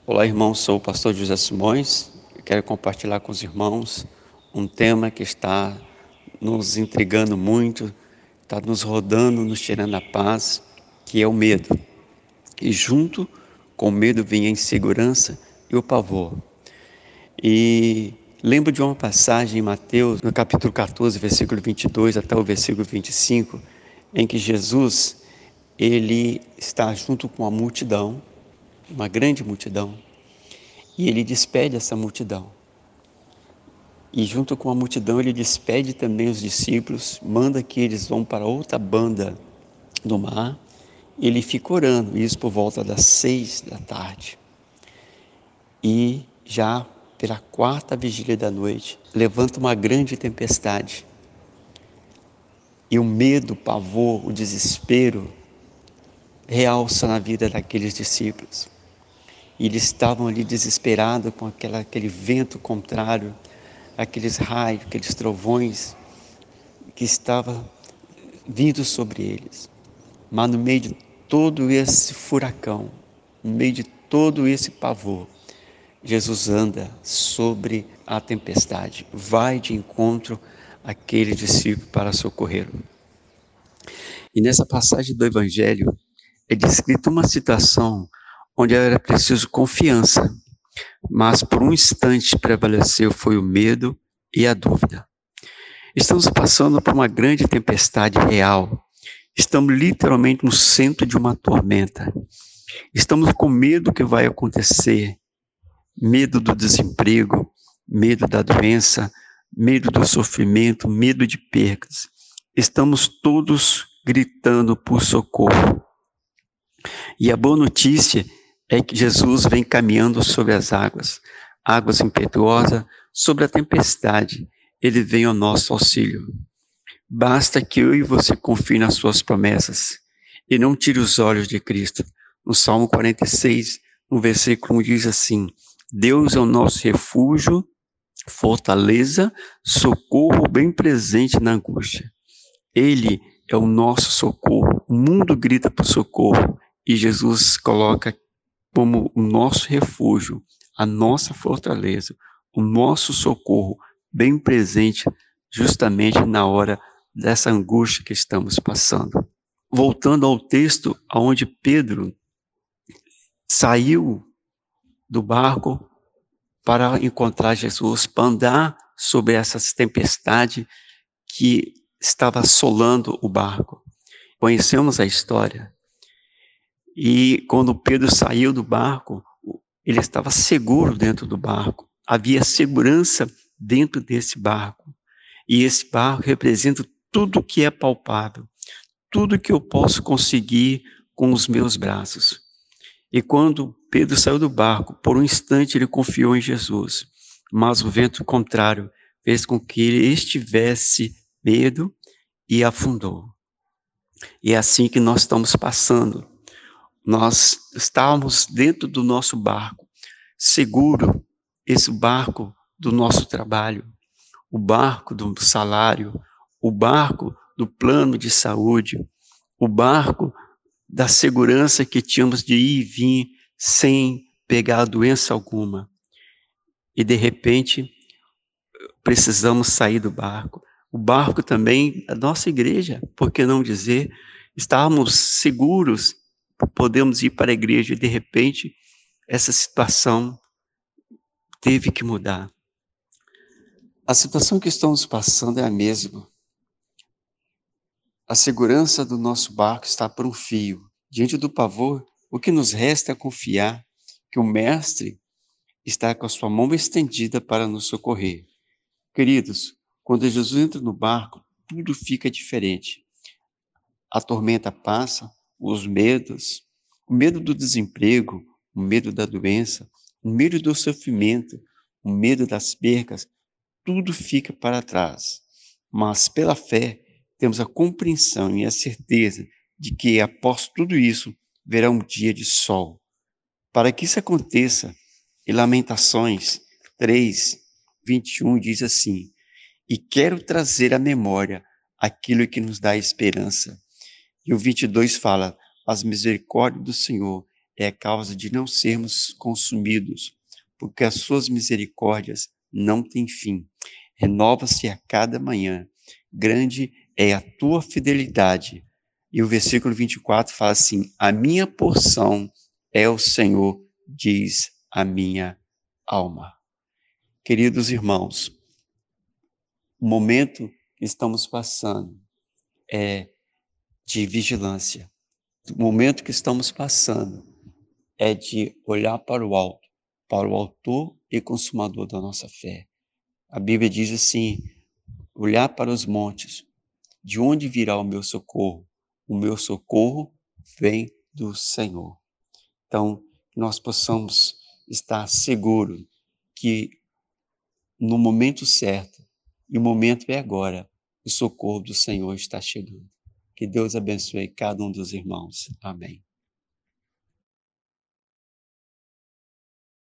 Olá, irmãos, sou o pastor José Simões. Eu quero compartilhar com os irmãos um tema que está nos intrigando muito, está nos rodando, nos tirando a paz, que é o medo. E junto com o medo vem a insegurança e o pavor. E lembro de uma passagem em Mateus, no capítulo 14, versículo 22 até o versículo 25, em que Jesus, ele está junto com a multidão, uma grande multidão, e ele despede essa multidão. E junto com a multidão ele despede também os discípulos, manda que eles vão para outra banda do mar. Ele fica orando, isso por volta das 6 da tarde. E já pela quarta vigília da noite, levanta uma grande tempestade. E o medo, o pavor, o desespero realça na vida daqueles discípulos. E eles estavam ali desesperados com aquele vento contrário, aqueles raios, aqueles trovões que estavam vindo sobre eles. Mas no meio de todo esse furacão, no meio de todo esse pavor, Jesus anda sobre a tempestade, vai de encontro àquele discípulo para socorrê-lo. E nessa passagem do Evangelho é descrita uma situação onde era preciso confiança, mas por um instante prevaleceu foi o medo e a dúvida. Estamos passando por uma grande tempestade real. Estamos literalmente no centro de uma tormenta. Estamos com medo do que vai acontecer, medo do desemprego, medo da doença, medo do sofrimento, medo de percas. Estamos todos gritando por socorro. E a boa notícia é que Jesus vem caminhando sobre as águas, águas impetuosas, sobre a tempestade. Ele vem ao nosso auxílio. Basta que eu e você confie nas suas promessas e não tire os olhos de Cristo. No Salmo 46, no versículo 1 diz assim: Deus é o nosso refúgio, fortaleza, socorro bem presente na angústia. Ele é o nosso socorro. O mundo grita por socorro e Jesus coloca como o nosso refúgio, a nossa fortaleza, o nosso socorro bem presente justamente na hora dessa angústia que estamos passando. Voltando ao texto onde Pedro saiu do barco para encontrar Jesus, para andar sobre essa tempestade que estava assolando o barco. Conhecemos a história. E quando Pedro saiu do barco, ele estava seguro dentro do barco. Havia segurança dentro desse barco. E esse barco representa tudo que é palpável, tudo que eu posso conseguir com os meus braços. E quando Pedro saiu do barco, por um instante ele confiou em Jesus, mas o vento contrário fez com que ele estivesse medo e afundou. E é assim que nós estamos passando. Nós estávamos dentro do nosso barco, seguro, esse barco do nosso trabalho, o barco do salário, o barco do plano de saúde, o barco da segurança que tínhamos de ir e vir sem pegar doença alguma. E de repente, precisamos sair do barco. O barco também da nossa igreja, por que não dizer? Estávamos seguros, podemos ir para a igreja e de repente essa situação teve que mudar. A situação que estamos passando é a mesma. A segurança do nosso barco está por um fio. Diante do pavor, o que nos resta é confiar que o Mestre está com a sua mão estendida para nos socorrer. Queridos, quando Jesus entra no barco, tudo fica diferente. A tormenta passa, os medos, o medo do desemprego, o medo da doença, o medo do sofrimento, o medo das percas, tudo fica para trás. Mas pela fé, temos a compreensão e a certeza de que após tudo isso, verá um dia de sol. Para que isso aconteça, em Lamentações 3, 21 diz assim: E quero trazer à memória aquilo que nos dá esperança. E o 22 fala: As misericórdias do Senhor é a causa de não sermos consumidos, porque as suas misericórdias não têm fim. Renova-se a cada manhã. Grande é a tua fidelidade. E o versículo 24 fala assim: a minha porção é o Senhor, diz a minha alma. Queridos irmãos, o momento que estamos passando é de vigilância. O momento que estamos passando é de olhar para o alto, para o autor e consumador da nossa fé. A Bíblia diz assim: olhar para os montes, de onde virá o meu socorro? O meu socorro vem do Senhor. Então, nós possamos estar seguros que no momento certo, e o momento é agora, o socorro do Senhor está chegando. Que Deus abençoe cada um dos irmãos. Amém.